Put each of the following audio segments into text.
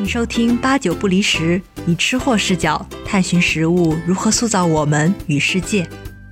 迎收听八九不离十，以吃货视角探寻食物如何塑造我们与世界。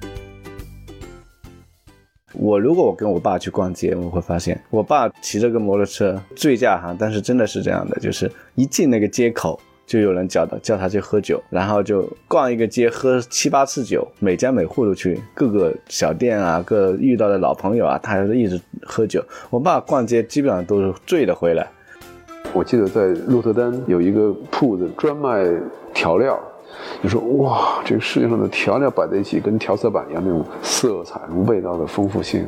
如果我跟我爸去逛街，我会发现我爸骑着个摩托车，醉驾哈，但是真的是这样的，就是一进那个街口就有人叫他去喝酒，然后就逛一个街喝7-8次酒，每家每户都去，各个小店啊，各遇到的老朋友啊，他还是一直喝酒。我爸逛街基本上都是醉的回来。 我记得在鹿特丹有一个铺子专卖调料，你说哇，这个世界上的调料摆在一起跟调色板一样，那种色彩味道的丰富性。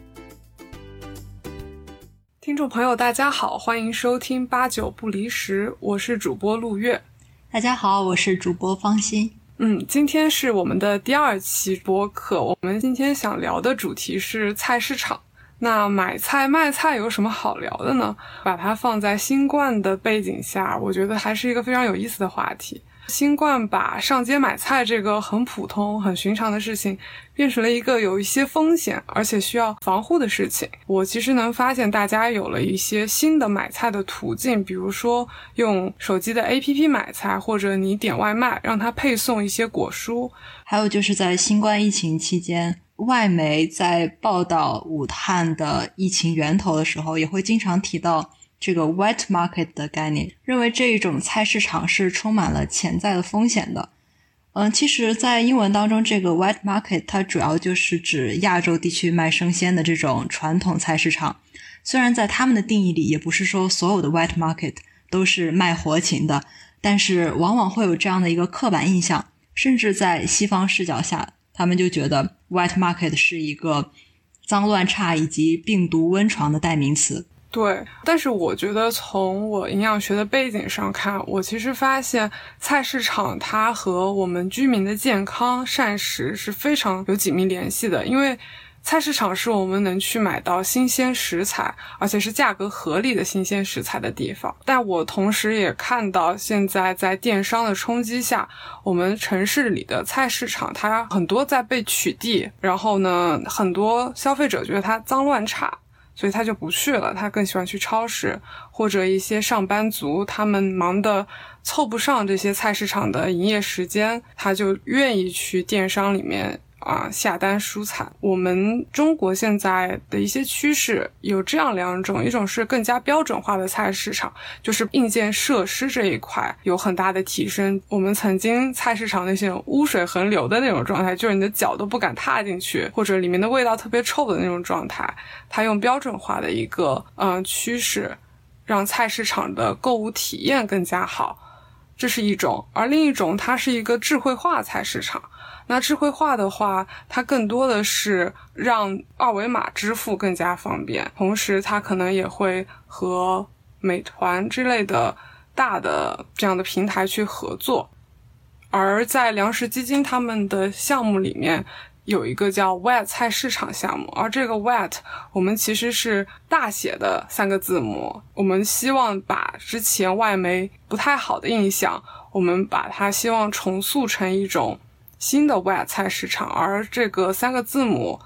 听众朋友大家好，欢迎收听八九不离十，我是主播陆月。 大家好，我是主播方欣。 今天是我们的第2期播客，我们今天想聊的主题是菜市场。那买菜卖菜有什么好聊的呢？把它放在新冠的背景下，我觉得还是一个非常有意思的话题。新冠把上街买菜这个很普通很寻常的事情变成了一个有一些风险而且需要防护的事情。我其实能发现大家有了一些新的买菜的途径，比如说用手机的 APP 买菜，或者你点外卖让它配送一些果蔬。 还有就是在新冠疫情期间，外媒在报道武汉的疫情源头的时候，也会经常提到这个 wet market 的概念，认为这一种菜市场是充满了潜在的风险的。其实在英文当中，这个 wet market 它主要就是指亚洲地区卖生鲜的这种传统菜市场。虽然在他们的定义里，也不是说所有的 wet market 都是卖活禽的，但是往往会有这样的一个刻板印象，甚至在西方视角下，他们就觉得 wet market 是一个脏乱差以及病毒温床的代名词。 对，但是我觉得从我营养学的背景上看，我其实发现菜市场它和我们居民的健康膳食是非常有紧密联系的。因为菜市场是我们能去买到新鲜食材，而且是价格合理的新鲜食材的地方。但我同时也看到现在在电商的冲击下，我们城市里的菜市场它很多在被取缔，然后呢，很多消费者觉得它脏乱差，所以他就不去了，他更喜欢去超市，或者一些上班族他们忙得凑不上这些菜市场的营业时间，他就愿意去电商里面下单蔬菜。我们中国现在的一些趋势有这样2种，一种是更加标准化的菜市场，就是硬件设施这一块有很大的提升。我们曾经菜市场那些污水横流的那种状态，就是你的脚都不敢踏进去，或者里面的味道特别臭的那种状态，它用标准化的一个趋势让菜市场的购物体验更加好，这是一种。而另一种它是一个智慧化菜市场。那智慧化的话，它更多的是让二维码支付更加方便，同时它可能也会和美团之类的大的这样的平台去合作。而在粮食基金他们的项目里面有一个叫 wet 菜市场项目，而这个 wet 我们其实是大写的3个字母，我们希望把之前外媒不太好的印象，我们把它希望重塑成一种新的 wet 菜市场。而这个3个字母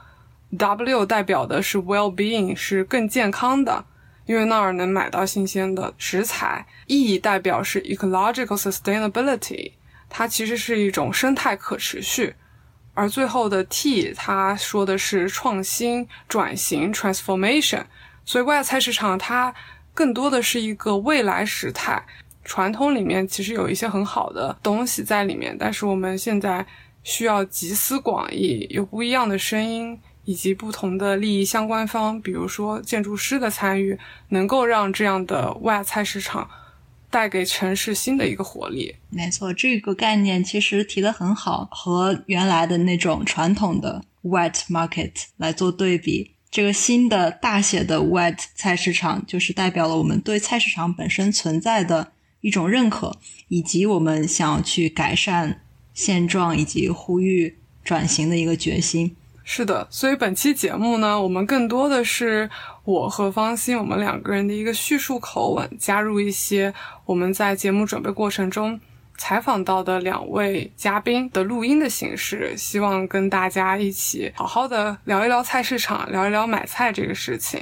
W 代表的是 well-being， 是更健康的，因为那儿能买到新鲜的食材。 E 代表是 ecological sustainability， 它其实是一种生态可持续。而最后的 T 它说的是创新转型 transformation。 所以外菜市场它更多的是一个未来时态。传统里面其实有一些很好的东西在里面，但是我们现在需要集思广益，有不一样的声音以及不同的利益相关方，比如说建筑师的参与，能够让这样的外菜市场带给城市新的一个活力。 没错，这个概念其实提得很好，和原来的那种传统的 wet market 来做对比。这个新的大写的 wet 菜市场就是代表了我们对菜市场本身存在的一种认可，以及我们想要去改善现状以及呼吁转型的一个决心。 是的，所以本期节目呢，我们更多的是我和方欣我们2个人的一个叙述口吻，加入一些我们在节目准备过程中采访到的2位嘉宾的录音的形式，希望跟大家一起好好的聊一聊菜市场，聊一聊买菜这个事情。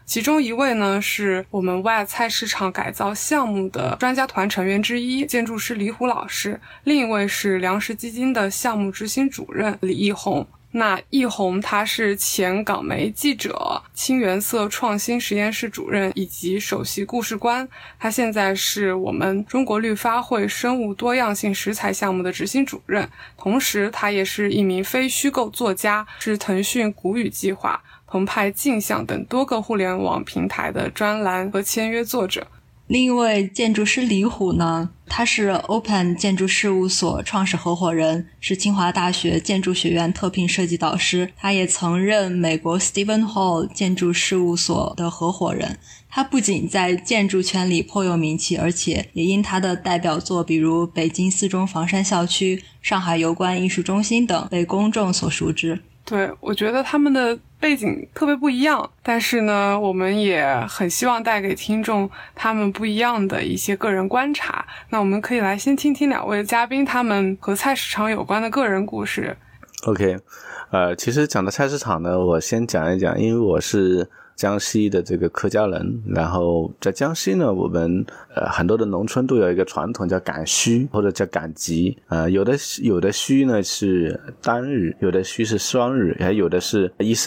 其中一位呢是我们 Y 菜市场改造项目的专家团成员之一，建筑师李虎老师，另一位是粮食基金的项目执行主任李义宏。那义宏他是前港媒记者、青原色创新实验室主任以及首席故事官，他现在是我们中国绿发会生物多样性食材项目的执行主任，同时他也是一名非虚构作家，是腾讯谷雨计划、澎湃镜像等多个互联网平台的专栏和签约作者。 另一位建筑师李虎呢，他是 Open 建筑事务所创始合伙人，是清华大学建筑学院特聘设计导师，他也曾任美国 Stephen Hall 建筑事务所的合伙人。他不仅在建筑圈里颇有名气，而且也因他的代表作比如北京四中房山校区、上海油官艺术中心等被公众所熟知。 对，我觉得他们的背景特别不一样，但是呢，我们也很希望带给听众他们不一样的一些个人观察。那我们可以来先听听两位嘉宾他们和菜市场有关的个人故事。 OK， 其实讲到菜市场呢，我先讲一讲，因为我是江西的这个客家人，然后在江西呢，我们很多的农村都有一个传统叫赶墟或者叫赶集，有的墟呢是单日，有的墟是双日，还有的是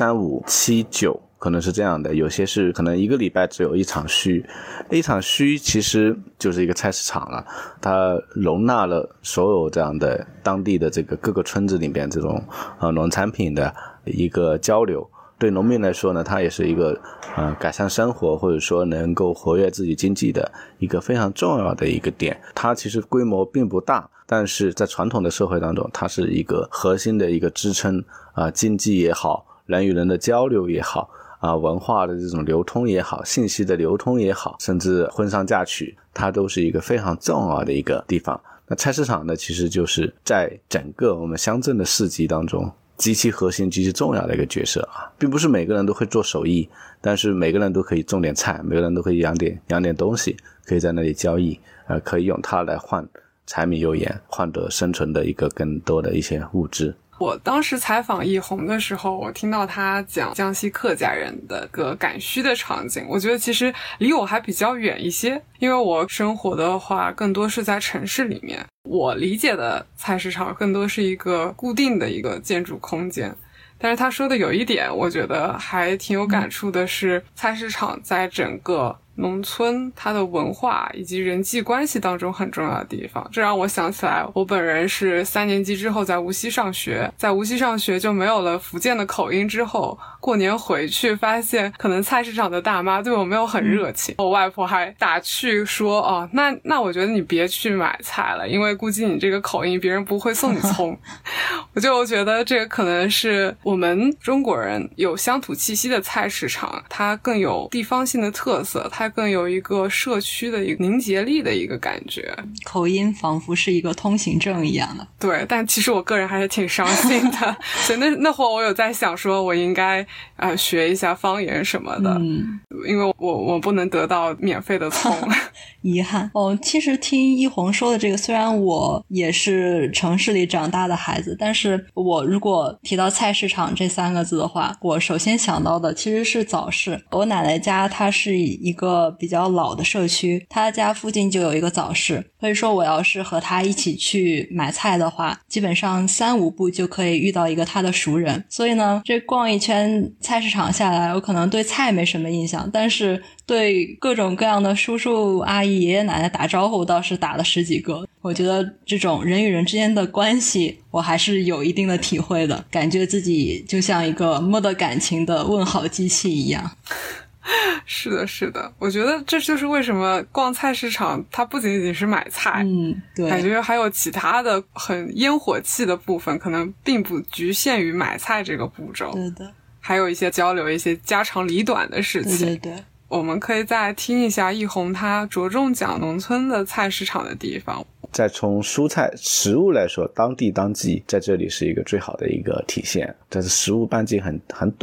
1、3、5、7、9，可能是这样的，有些是可能一个礼拜只有一场墟。一场墟其实就是一个菜市场了，它容纳了所有这样的当地的这个各个村子里面这种农产品的一个交流。对农民来说呢，它也是一个改善生活或者说能够活跃自己经济的一个非常重要的一个点。它其实规模并不大，但是在传统的社会当中，它是一个核心的一个支撑经济也好，人与人的交流也好，文化的这种流通也好，信息的流通也好，甚至婚丧嫁娶，它都是一个非常重要的一个地方。那菜市场呢，其实就是在整个我们乡镇的市集当中极其核心极其重要的一个角色并不是每个人都会做手艺，但是每个人都可以种点菜，每个人都可以养点东西，可以在那里交易，可以用它来换柴米油盐，换得生存的一个更多的一些物质。 我当时采访易宏的时候，我听到他讲江西客家人的个赶墟的场景，我觉得其实离我还比较远一些，因为我生活的话更多是在城市里面，我理解的菜市场更多是一个固定的一个建筑空间。但是他说的有一点我觉得还挺有感触的是，菜市场在整个农村它的文化以及人际关系当中很重要的地方。这让我想起来，我本人是3年级之后在无锡上学，在无锡上学就没有了福建的口音，之后过年回去发现可能菜市场的大妈对我没有很热情，我外婆还打趣说那我觉得你别去买菜了，因为估计你这个口音别人不会送你葱我觉得这个可能是我们中国人有乡土气息的菜市场，它更有地方性的特色，它更有一个社区的一个凝结力的一个感觉， 口音仿佛是一个通行证一样的。 对，但其实我个人还是挺伤心的所以那会儿我有在想说我应该学一下方言什么的，因为我不能得到免费的葱遗憾其实听一红说的这个，虽然我也是城市里长大的孩子，但是我如果提到菜市场这3个字的话，我首先想到的其实是早市。我奶奶家它是一个比较老的社区，她家附近就有一个早市，所以说我要是和她一起去买菜的话，基本上3、5步就可以遇到一个她的熟人。所以呢，这逛一圈菜市场下来，我可能对菜没什么印象，但是对各种各样的叔叔阿姨爷爷奶奶打招呼倒是打了10几个。我觉得这种人与人之间的关系我还是有一定的体会的，感觉自己就像一个没得感情的问好机器一样是的是的，我觉得这就是为什么逛菜市场它不仅仅是买菜， 对， 感觉还有其他的很烟火气的部分，可能并不局限于买菜这个步骤。 对的， 还有一些交流一些家长里短的事情。 对对对， 我们可以再听一下易宏他着重讲农村的菜市场的地方。 再从蔬菜食物来说，当地当季在这里是一个最好的一个体现，但是食物半径很短，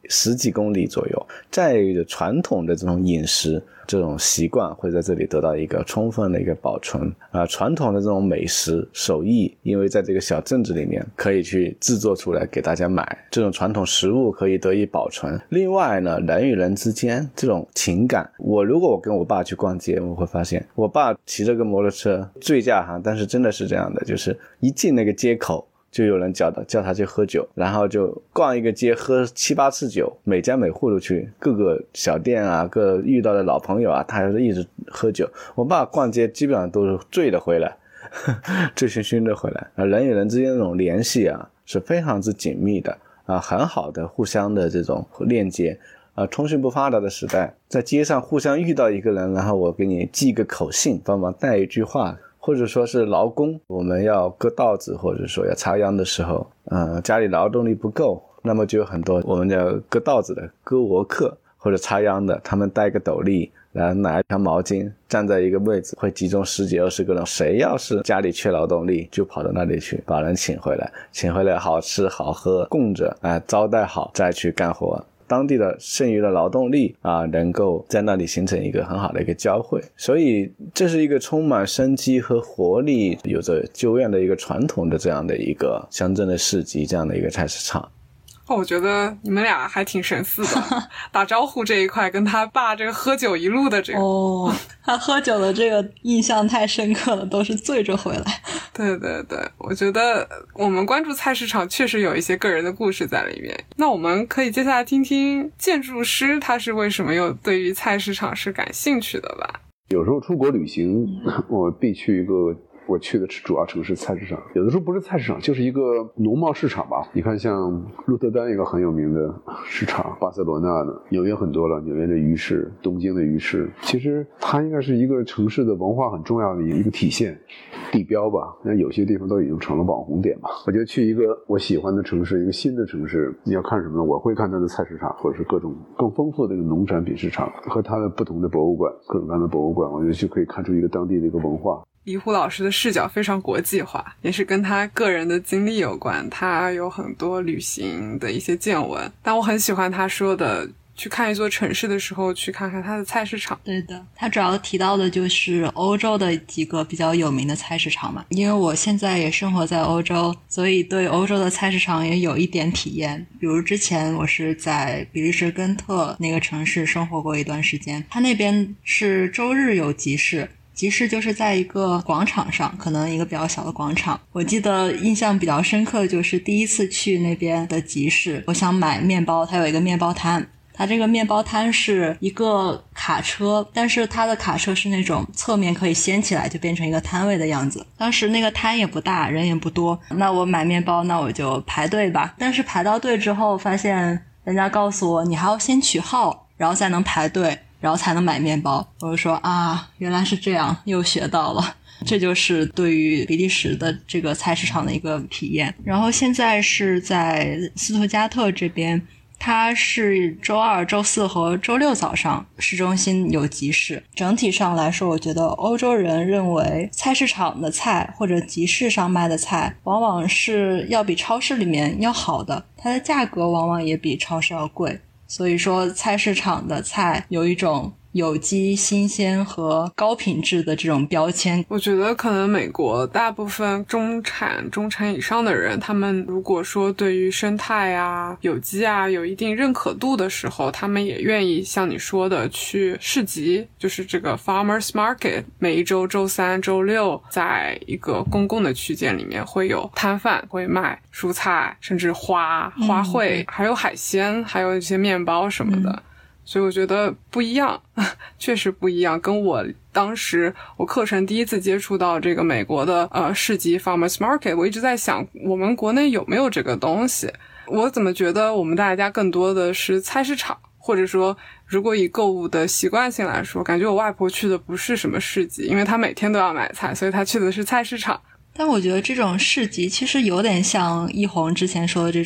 10几公里左右。再有一个传统的这种饮食这种习惯会在这里得到一个充分的一个保存传统的这种美食手艺，因为在这个小镇子里面可以去制作出来给大家买，这种传统食物可以得以保存。另外呢，人与人之间这种情感，如果我跟我爸去逛街，我会发现我爸骑着个摩托车，醉驾但是真的是这样的，就是一进那个街口就有人叫他去喝酒，然后就逛一个街喝7、8次酒，每家每户都去，各个小店各遇到的老朋友他还是一直喝酒。我爸逛街基本上都是醉的回来醉醺醺的回来人与人之间那种联系是非常之紧密的很好的互相的这种链接通讯不发达的时代，在街上互相遇到一个人，然后我给你寄个口信，帮忙带一句话，或者说是劳工，我们要割稻子或者说要插秧的时候家里劳动力不够，那么就有很多我们叫割稻子的割沃客或者插秧的，他们带个斗笠，然后拿一条毛巾，站在一个位置，会集中10几20个人，谁要是家里缺劳动力就跑到那里去把人请回来好吃好喝供着招待好再去干活。当地的剩余的劳动力能够在那里形成一个很好的一个交汇，所以这是一个充满生机和活力，有着久远的一个传统的这样的一个乡镇的市集，这样的一个菜市场。 我觉得你们俩还挺神似的打招呼这一块跟他爸这个喝酒一路的这个他喝酒的这个印象太深刻了，都是醉着回来。 对对对，我觉得我们关注菜市场确实有一些个人的故事在里面。那我们可以接下来听听建筑师他是为什么又对于菜市场是感兴趣的吧。 有时候出国旅行我必去一个我去的主要城市菜市场，有的时候不是菜市场就是一个农贸市场吧。你看像鹿特丹一个很有名的市场，巴塞罗那的，纽约很多了，纽约的鱼市，东京的鱼市，其实它应该是一个城市的文化很重要的一个体现地标吧。那有些地方都已经成了网红点吧。我觉得去一个我喜欢的城市，一个新的城市，你要看什么呢？我会看它的菜市场，或者是各种更丰富的农产品市场和它的不同的博物馆，各种各样的博物馆，我觉得就可以看出一个当地的一个文化。 李虎老师的视角非常国际化，也是跟他个人的经历有关，他有很多旅行的一些见闻，但我很喜欢他说的去看一座城市的时候去看看它的菜市场。 对的，他主要提到的就是欧洲的几个比较有名的菜市场嘛，因为我现在也生活在欧洲，所以对欧洲的菜市场也有一点体验。比如之前我是在比利时根特那个城市生活过一段时间，他那边是周日有集市，集市就是在一个广场上，可能一个比较小的广场。我记得印象比较深刻的就是第一次去那边的集市，我想买面包，它有一个面包摊，它这个面包摊是一个卡车，但是它的卡车是那种侧面可以掀起来就变成一个摊位的样子。当时那个摊也不大，人也不多，那我买面包那我就排队吧。但是排到队之后发现人家告诉我你还要先取号，然后才能排队，然后才能买面包。我就说原来是这样，又学到了。这就是对于比利时的这个菜市场的一个体验。然后现在是在斯图加特这边，它是周2、周4和周6早上市中心有集市。整体上来说，我觉得欧洲人认为菜市场的菜或者集市上卖的菜往往是要比超市里面要好的，它的价格往往也比超市要贵。所以说菜市场的菜有一种有机、新鲜和高品质的这种标签。 我觉得可能美国大部分中产以上的人，他们如果说对于生态有机有一定认可度的时候，他们也愿意像你说的去市集，就是这个 farmers market， 每一周周3、周6在一个公共的区间里面会有摊贩会卖蔬菜，甚至花卉，还有海鲜，还有一些面包什么的。所以我觉得不一样，确实不一样，跟我当时我课程第一次接触到这个美国的市集 farmers market， 我一直在想我们国内有没有这个东西。我怎么觉得我们大家更多的是菜市场，或者说如果以购物的习惯性来说，感觉我外婆去的不是什么市集，因为她每天都要买菜，所以她去的是菜市场。 但我觉得这种市集其实有点像一红之前说的这种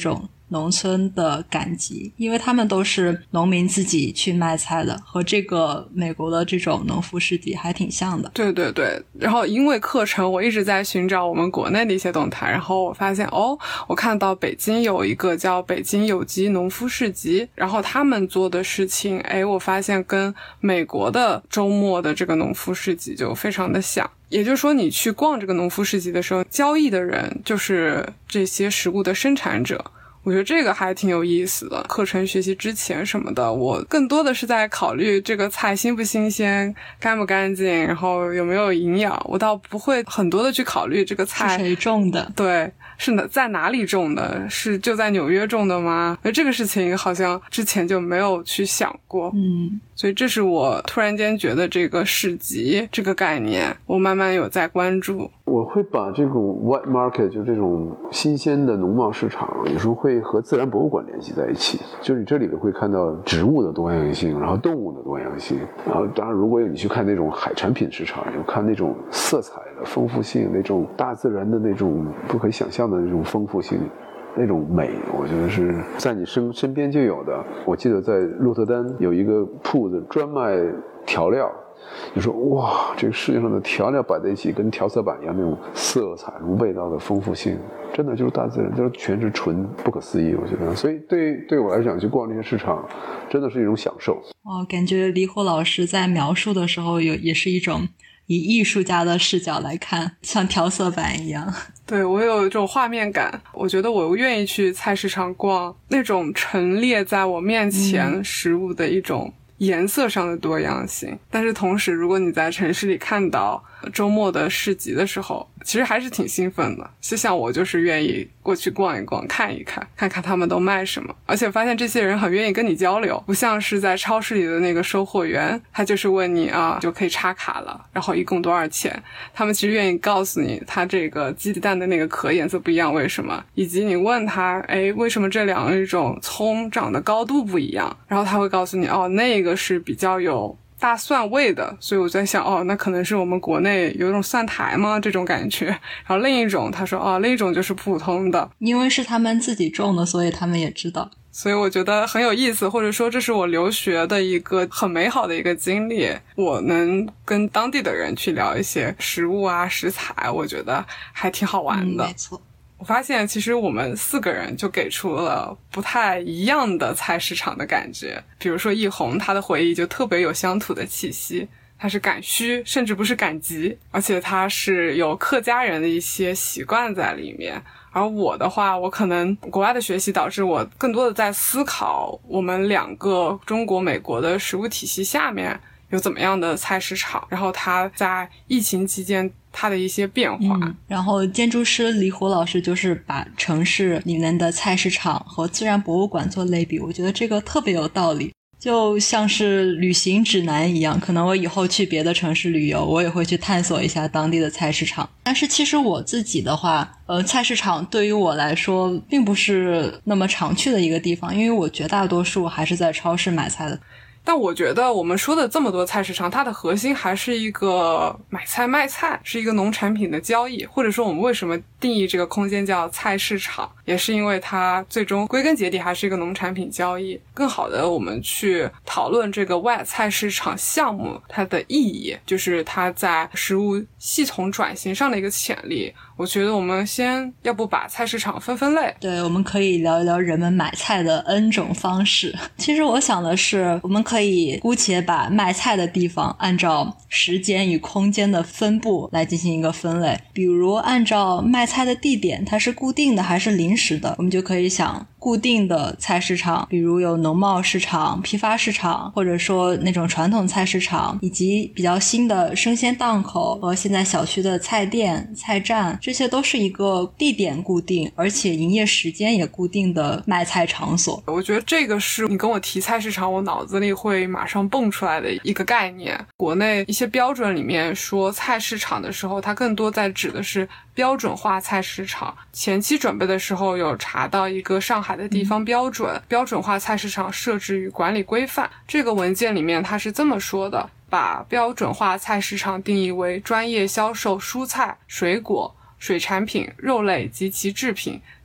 农村的赶集，因为他们都是农民自己去卖菜的，和这个美国的这种农夫市集还挺像的。 对对对，然后因为课程我一直在寻找我们国内的一些动态，然后我发现我看到北京有一个叫北京有机农夫市集，然后他们做的事情我发现跟美国的周末的这个农夫市集就非常的像。也就是说你去逛这个农夫市集的时候，交易的人就是这些食物的生产者，我觉得这个还挺有意思的。课程学习之前什么的，我更多的是在考虑这个菜新不新鲜，干不干净，然后有没有营养，我倒不会很多的去考虑这个菜是谁种的， 对，是在哪里种的，是就在纽约种的吗？这个事情好像之前就没有去想过。所以这是我突然间觉得这个市集这个概念我慢慢有在关注。 我会把这种 wet market 就这种新鲜的农贸市场有时候会和自然博物馆联系在一起，就是你这里面会看到植物的多样性，然后动物的多样性，然后当然如果你去看那种海产品市场，你看那种色彩的丰富性，那种大自然的那种不可以想象的那种丰富性，那种美，我觉得是在你身边就有的。我记得在鹿特丹有一个铺子专卖调料，你说哇，这个世界上的调料摆在一起，跟调色板一样，那种色彩、味道的丰富性，真的就是大自然，就是全是纯不可思议。我觉得，所以对我来讲，去逛这些市场，真的是一种享受。 感觉李虎老师在描述的时候，也是一种以艺术家的视角来看，像调色板一样。 对，我有一种画面感，我觉得我愿意去菜市场逛，那种陈列在我面前食物的一种颜色上的多样性。但是同时，如果你在城市里看到周末的市集的时候，其实还是挺兴奋的。就像我就是愿意过去逛一逛，看一看，看看他们都卖什么。而且发现这些人很愿意跟你交流，不像是在超市里的那个售货员，他就是问你就可以插卡了，然后一共多少钱。他们其实愿意告诉你他这个鸡蛋的那个壳颜色不一样为什么，以及你问他为什么这两种葱长的高度不一样，然后他会告诉你那个是比较有大蒜味的，所以我在想那可能是我们国内有一种蒜苔吗这种感觉。然后另一种他说另一种就是普通的， 因为是他们自己种的，所以他们也知道。 所以我觉得很有意思，或者说这是我留学的一个很美好的一个经历。我能跟当地的人去聊一些食物食材，我觉得还挺好玩的。 没错。 我发现其实我们4个人就给出了不太一样的菜市场的感觉。比如说一红，他的回忆就特别有乡土的气息，他是赶墟，甚至不是赶集，而且他是有客家人的一些习惯在里面。而我的话，我可能国外的学习导致我更多的在思考我们2个中国美国的食物体系下面有怎么样的菜市场，然后它在疫情期间它的一些变化。 然后建筑师李虎老师就是把城市里面的菜市场和自然博物馆做类比，我觉得这个特别有道理，就像是旅行指南一样。可能我以后去别的城市旅游，我也会去探索一下当地的菜市场。但是其实我自己的话菜市场对于我来说并不是那么常去的一个地方，因为我绝大多数还是在超市买菜的。 但我觉得我们说的这么多菜市场，它的核心还是一个买菜卖菜，是一个农产品的交易。或者说我们为什么定义这个空间叫菜市场，也是因为它最终归根结底还是一个农产品交易。更好的我们去讨论这个外菜市场项目它的意义，就是它在食物系统转型上的一个潜力。我觉得我们先要不把菜市场分类。 对，我们可以聊一聊人们买菜的 N 种方式。其实我想的是，我们可以姑且把卖菜的地方按照时间与空间的分布来进行一个分类。比如按照卖菜的地点，它是固定的还是临时的，我们就可以想固定的菜市场，比如有农贸市场、批发市场，或者说那种传统菜市场，以及比较新的生鲜档口和现在小区的菜店、菜站，这些都是一个地点固定而且营业时间也固定的卖菜场所。 我觉得这个是你跟我提菜市场我脑子里会马上蹦出来的一个概念。国内一些标准里面说菜市场的时候，它更多在指的是标准化菜市场。前期准备的时候有查到一个上海的地方标准，标准化菜市场设置与管理规范，这个文件里面它是这么说的，把标准化菜市场定义为专业销售蔬菜、水果、水产品、肉类及其制品、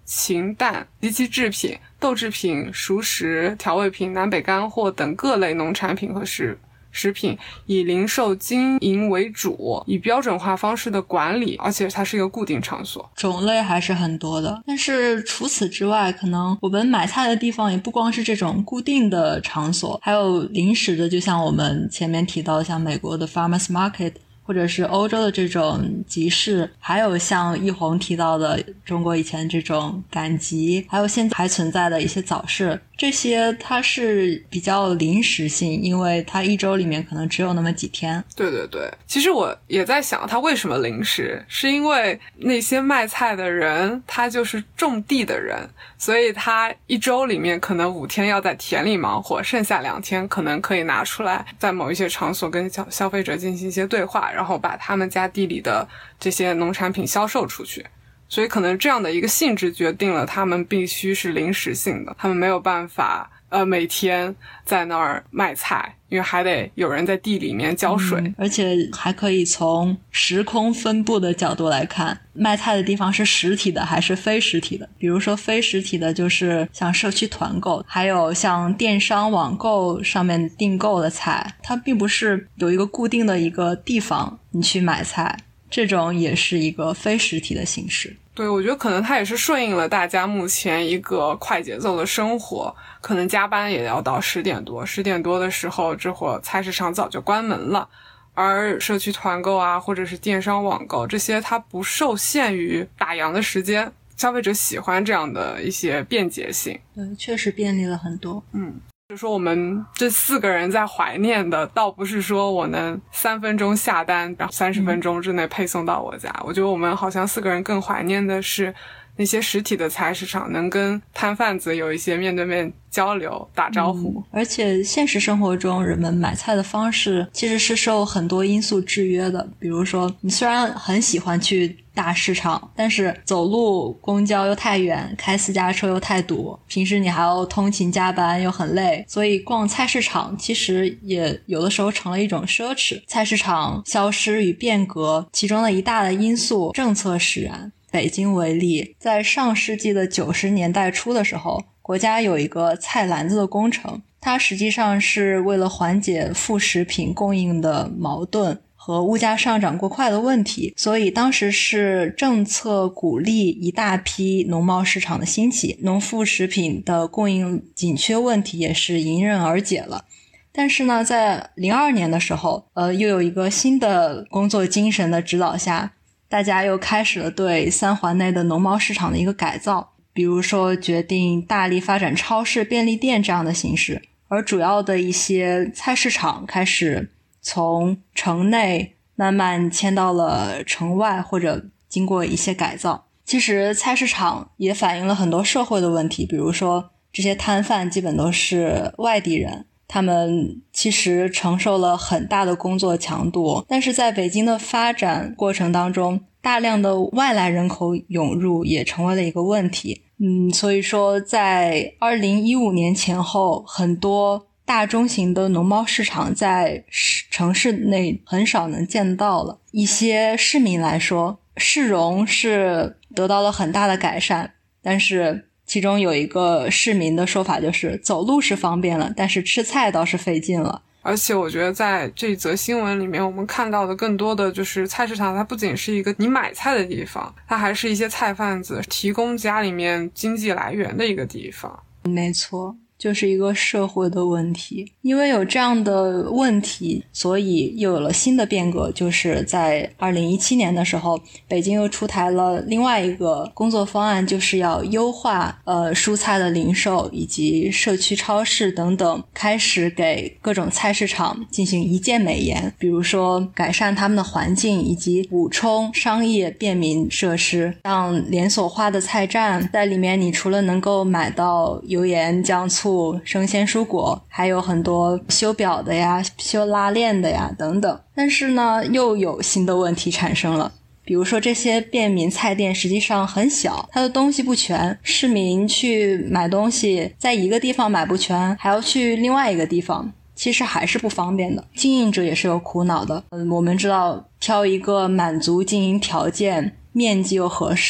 禽蛋及其制品、豆制品、熟食、调味品、南北干货等各类农产品和食品，以零售经营为主，以标准化方式的管理，而且它是一个固定场所， 种类还是很多的。但是除此之外，可能我们买菜的地方也不光是这种固定的场所，还有临时的，就像我们前面提到的像美国的 Farmers Market，或者是欧洲的这种集市，还有像一红提到的中国以前这种赶集，还有现在还存在的一些早市，这些它是比较临时性，因为它一周里面可能只有那么几天。 对对对，其实我也在想它为什么临时，是因为那些卖菜的人他就是种地的人，所以他一周里面可能5天要在田里忙活，剩下2天可能可以拿出来在某一些场所跟消费者进行一些对话，然后把他们家地里的这些农产品销售出去。所以可能这样的一个性质决定了他们必须是临时性的，他们没有办法每天在那儿卖菜，因为还得有人在地里面浇水。 而且还可以从时空分布的角度来看，卖菜的地方是实体的还是非实体的。比如说非实体的就是像社区团购，还有像电商网购上面订购的菜，它并不是有一个固定的一个地方你去买菜，这种也是一个非实体的形式。 对，我觉得可能它也是顺应了大家目前一个快节奏的生活，可能加班也要到10点多的时候，这会儿菜市场早就关门了。而社区团购啊，或者是电商网购，这些它不受限于打烊的时间，消费者喜欢这样的一些便捷性。 对，确实便利了很多。 就是说我们这4个人在怀念的倒不是说我能3分钟下单，然后30分钟之内配送到我家，我觉得我们好像4个人更怀念的是那些实体的菜市场，能跟摊贩子有一些面对面交流打招呼。 而且现实生活中人们买菜的方式其实是受很多因素制约的，比如说你虽然很喜欢去大市场，但是走路公交又太远，开私家车又太堵，平时你还要通勤加班又很累，所以逛菜市场其实也有的时候成了一种奢侈。菜市场消失与变革其中的一大的因素政策使然。北京为例，在上世纪的90年代初的时候，国家有一个菜篮子的工程，它实际上是为了缓解副食品供应的矛盾和物价上涨过快的问题，所以当时是政策鼓励一大批农贸市场的兴起，农副食品的供应紧缺问题也是迎刃而解了。但是呢，在02年的时候，又有一个新的工作精神的指导下，大家又开始了对3环内的农贸市场的一个改造，比如说决定大力发展超市、便利店这样的形式，而主要的一些菜市场开始从城内慢慢迁到了城外，或者经过一些改造。其实菜市场也反映了很多社会的问题，比如说这些摊贩基本都是外地人，他们其实承受了很大的工作强度，但是在北京的发展过程当中，大量的外来人口涌入也成为了一个问题。所以说在2015年前后，很多大中型的农贸市场在城市内很少能见到了。一些市民来说，市容是得到了很大的改善，但是其中有一个市民的说法就是走路是方便了，但是吃菜倒是费劲了。 而且我觉得在这则新闻里面，我们看到的更多的就是菜市场它不仅是一个你买菜的地方，它还是一些菜贩子提供家里面经济来源的一个地方。 没错，就是一个社会的问题。因为有这样的问题，所以又有了新的变革，就是在2017年的时候，北京又出台了另外一个工作方案，就是要优化蔬菜的零售以及社区超市等等，开始给各种菜市场进行一键美颜，比如说改善他们的环境以及补充商业便民设施，像连锁化的菜站，在里面你除了能够买到油盐酱醋生鲜蔬果，还有很多修表的呀、修拉链的呀等等。但是呢，又有新的问题产生了，比如说这些便民菜店实际上很小，它的东西不全，市民去买东西在一个地方买不全，还要去另外一个地方，其实还是不方便的，经营者也是有苦恼的。我们知道挑一个满足经营条件、面积又合适、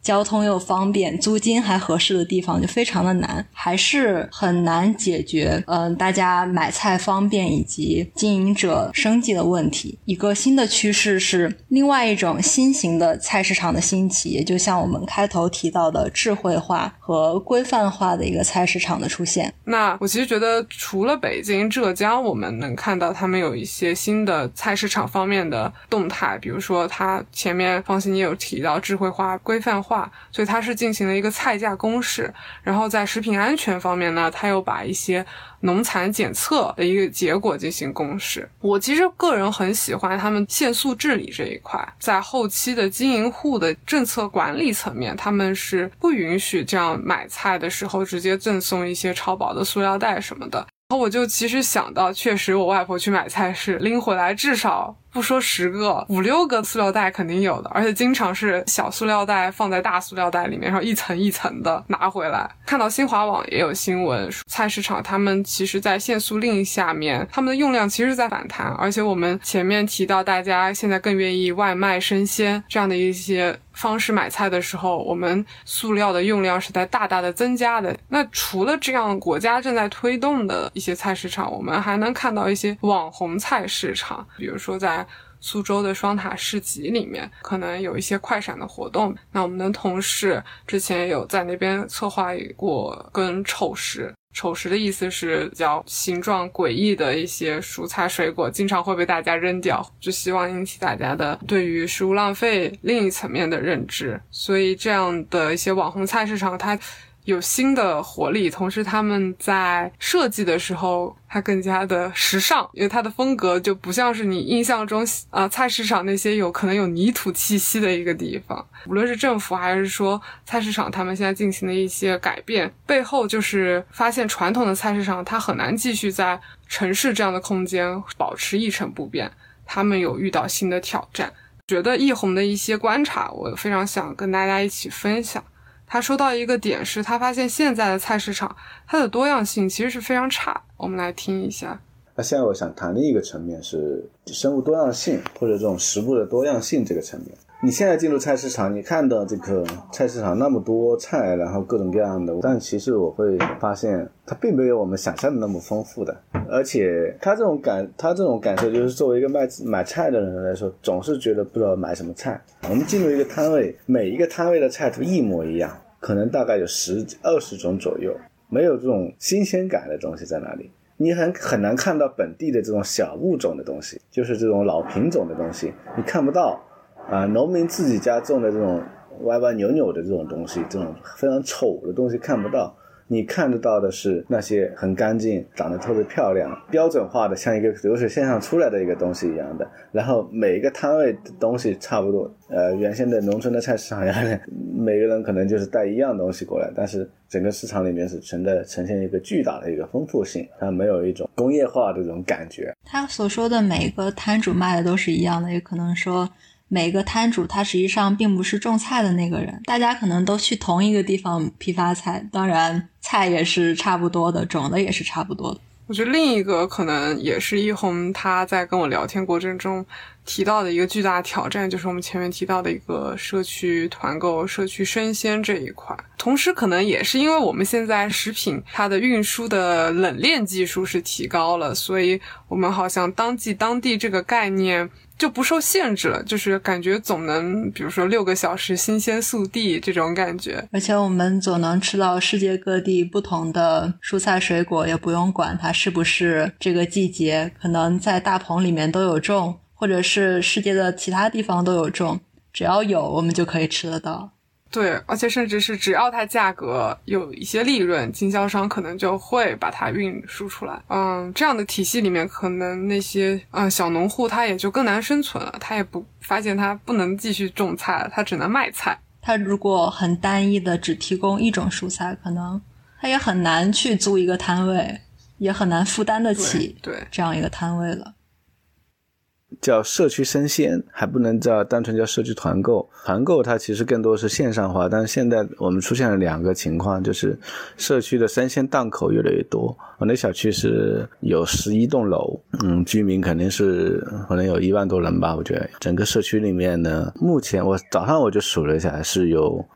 交通又方便，租金还合适的地方就非常的难，还是很难解决大家买菜方便以及经营者生计的问题。一个新的趋势是另外一种新型的菜市场的兴起，也就像我们开头提到的智慧化和规范化的一个菜市场的出现。 那我其实觉得除了北京、浙江，我们能看到他们有一些新的菜市场方面的动态，比如说他前面方欣也有提到智慧化、规范化，所以它是进行了一个菜价公示。然后在食品安全方面呢，它又把一些农残检测的一个结果进行公示。我其实个人很喜欢他们限速治理这一块，在后期的经营户的政策管理层面，他们是不允许这样买菜的时候直接赠送一些超薄的塑料袋什么的。然后我就其实想到，确实我外婆去买菜是拎回来至少不说10个5、6个塑料袋肯定有的，而且经常是小塑料袋放在大塑料袋里面，然后一层一层的拿回来。看到新华网也有新闻，菜市场他们其实在限塑令下面，他们的用量其实在反弹，而且我们前面提到大家现在更愿意外卖生鲜这样的一些方式买菜的时候，我们塑料的用量是在大大的增加的。那除了这样国家正在推动的一些菜市场，我们还能看到一些网红菜市场，比如说在苏州的双塔市集里面可能有一些快闪的活动。那我们的同事之前有在那边策划过跟丑食的意思是比较形状诡异的一些蔬菜水果，经常会被大家扔掉，就希望引起大家的对于食物浪费另一层面的认知。所以这样的一些网红菜市场它有新的活力，同时他们在设计的时候它更加的时尚，因为它的风格就不像是你印象中菜市场那些可能有泥土气息的一个地方。无论是政府还是说菜市场他们现在进行的一些改变，背后就是发现传统的菜市场它很难继续在城市这样的空间保持一成不变，他们有遇到新的挑战。觉得易红的一些观察我非常想跟大家一起分享。他说到一个点是，他发现现在的菜市场它的多样性其实是非常差。我们来听一下。 那现在我想谈的一个层面是生物多样性，或者这种食物的多样性这个层面。你现在进入菜市场，你看到这个菜市场那么多菜，然后各种各样的，但其实我会发现它并没有我们想象的那么丰富的。而且他这种感受就是作为一个买菜的人来说，总是觉得不知道买什么菜。我们进入一个摊位，每一个摊位的菜都一模一样，可能大概有10、20种左右，没有这种新鲜感的东西在哪里。你很难看到本地的这种小物种的东西，就是这种老品种的东西，你看不到农民自己家种的这种歪歪扭扭的这种东西，这种非常丑的东西看不到。你看得到的是那些很干净、长得特别漂亮、标准化的，像一个流水线上出来的一个东西一样的。然后每一个摊位的东西差不多，原先的农村的菜市场一样的，每个人可能就是带一样东西过来，但是整个市场里面是呈现一个巨大的一个丰富性，它没有一种工业化的这种感觉。 他所说的每个摊主卖的都是一样的，也可能说每个摊主他实际上并不是种菜的那个人，大家可能都去同一个地方批发菜，当然菜也是差不多的，种的也是差不多的。 我觉得另一个可能也是一红他在跟我聊天过程中提到的一个巨大的挑战，就是我们前面提到的一个社区团购、社区生鲜这一块。同时可能也是因为我们现在食品它的运输的冷链技术是提高了，所以我们好像当季当地这个概念就不受限制了，就是感觉总能比如说6个小时新鲜速递这种感觉。 而且我们总能吃到世界各地不同的蔬菜水果，也不用管它是不是这个季节，可能在大棚里面都有种，或者是世界的其他地方都有种，只要有我们就可以吃得到。 对，而且甚至是只要它价格有一些利润，经销商可能就会把它运输出来。这样的体系里面，可能那些小农户他也就更难生存了，他也不发现他不能继续种菜了，他只能卖菜。 他如果很单一的只提供一种蔬菜，可能他也很难去租一个摊位，也很难负担得起这样一个摊位了。 叫社区生鲜，还不能单纯叫社区团购。团购它其实更多是线上化，但是现在我们出现了2个情况，就是社区的生鲜档口越来越多。我那小区是有11栋楼，居民肯定是可能有1万多人吧，我觉得。整个社区里面呢，目前我早上我就数了一下，是有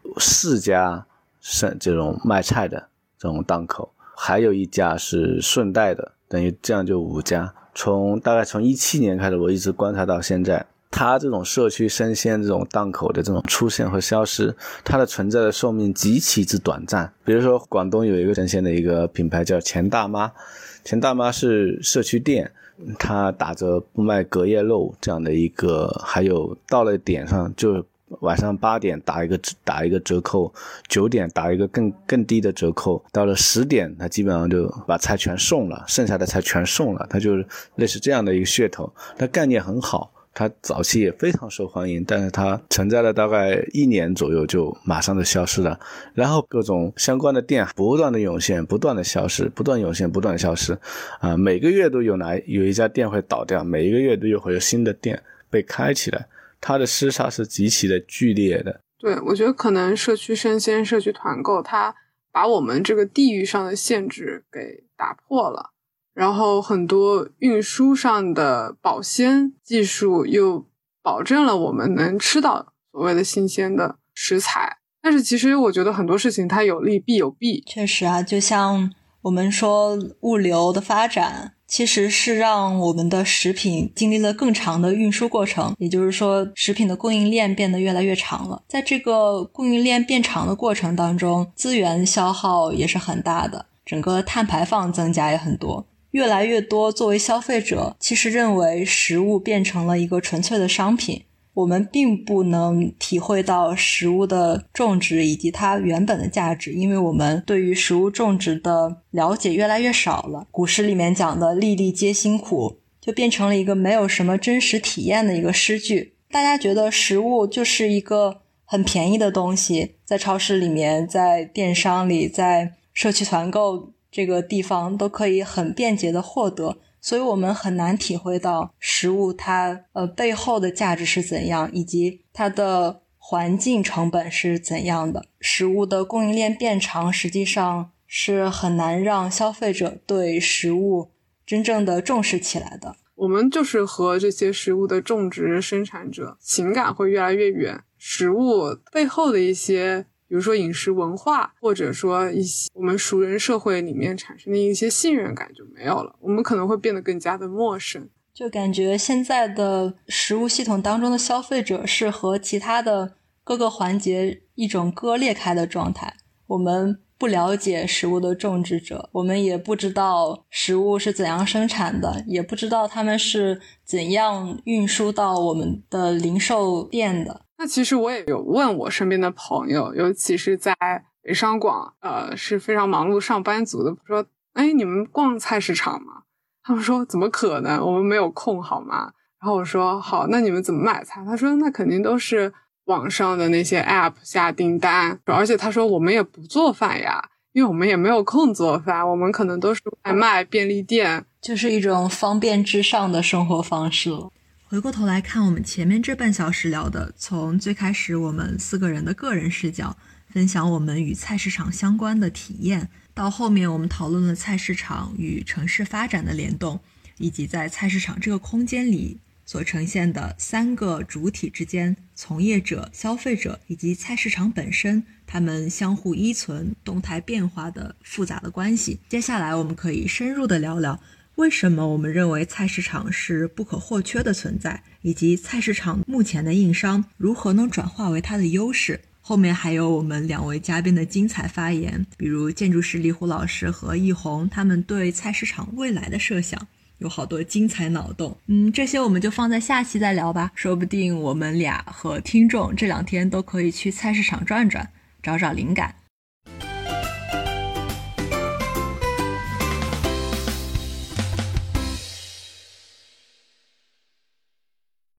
4家是这种卖菜的这种档口，还有1家是顺带的，等于这样就5家。大概从17年开始，我一直观察到现在，它这种社区生鲜这种档口的这种出现和消失，它的存在的寿命极其之短暂。比如说广东有一个生鲜的一个品牌叫钱大妈，钱大妈是社区店，它打折不卖隔夜肉这样的一个，还有到了点上就晚上8点打一个折扣，9点打一个更低的折扣，到了10点它基本上就把菜全送了，剩下的菜全送了，它就是类似这样的一个噱头。它概念很好，它早期也非常受欢迎，但是它存在了大概1年左右就马上就消失了，然后各种相关的店不断的涌现，不断的消失，不断涌现，不断的消失每个月都有一家店会倒掉，每一个月都会有新的店被开起来，它的厮杀是极其的剧烈的。 对，我觉得可能社区生鲜、社区团购，它把我们这个地域上的限制给打破了，然后很多运输上的保鲜技术又保证了我们能吃到所谓的新鲜的食材。但是其实我觉得很多事情它有利必有弊。 确实啊，就像我们说物流的发展其实是让我们的食品经历了更长的运输过程，也就是说食品的供应链变得越来越长了。在这个供应链变长的过程当中，资源消耗也是很大的，整个碳排放增加也很多。越来越多作为消费者其实认为食物变成了一个纯粹的商品，我们并不能体会到食物的种植以及它原本的价值，因为我们对于食物种植的了解越来越少了。古诗里面讲的粒粒皆辛苦就变成了一个没有什么真实体验的一个诗句。大家觉得食物就是一个很便宜的东西，在超市里面，在电商里，在社区团购这个地方都可以很便捷的获得，所以我们很难体会到食物它背后的价值是怎样，以及它的环境成本是怎样的。食物的供应链变长，实际上是很难让消费者对食物真正的重视起来的。 我们就是和这些食物的种植生产者情感会越来越远，食物背后的一些比如说饮食文化，或者说一些我们熟人社会里面产生的一些信任感就没有了，我们可能会变得更加的陌生。 就感觉现在的食物系统当中的消费者是和其他的各个环节一种割裂开的状态，我们不了解食物的种植者，我们也不知道食物是怎样生产的，也不知道他们是怎样运输到我们的零售店的。 那其实我也有问我身边的朋友，尤其是在北上广是非常忙碌上班族的，说你们逛菜市场吗？他们说怎么可能，我们没有空好吗？然后我说好，那你们怎么买菜？他说那肯定都是网上的那些 app 下订单，而且他说我们也不做饭呀，因为我们也没有空做饭，我们可能都是外卖便利店， 就是一种方便至上的生活方式了。回过头来看我们前面这半小时聊的，从最开始我们4个人的个人视角分享我们与菜市场相关的体验，到后面我们讨论了菜市场与城市发展的联动，以及在菜市场这个空间里所呈现的3个主体之间，从业者、消费者以及菜市场本身，他们相互依存、动态变化的复杂的关系。接下来我们可以深入的聊聊为什么我们认为菜市场是不可或缺的存在，以及菜市场目前的硬伤如何能转化为它的优势。后面还有我们2位嘉宾的精彩发言，比如建筑师李虎老师和易红，他们对菜市场未来的设想有好多精彩脑洞。这些我们就放在下期再聊吧，说不定我们俩和听众这2天都可以去菜市场转转，找找灵感。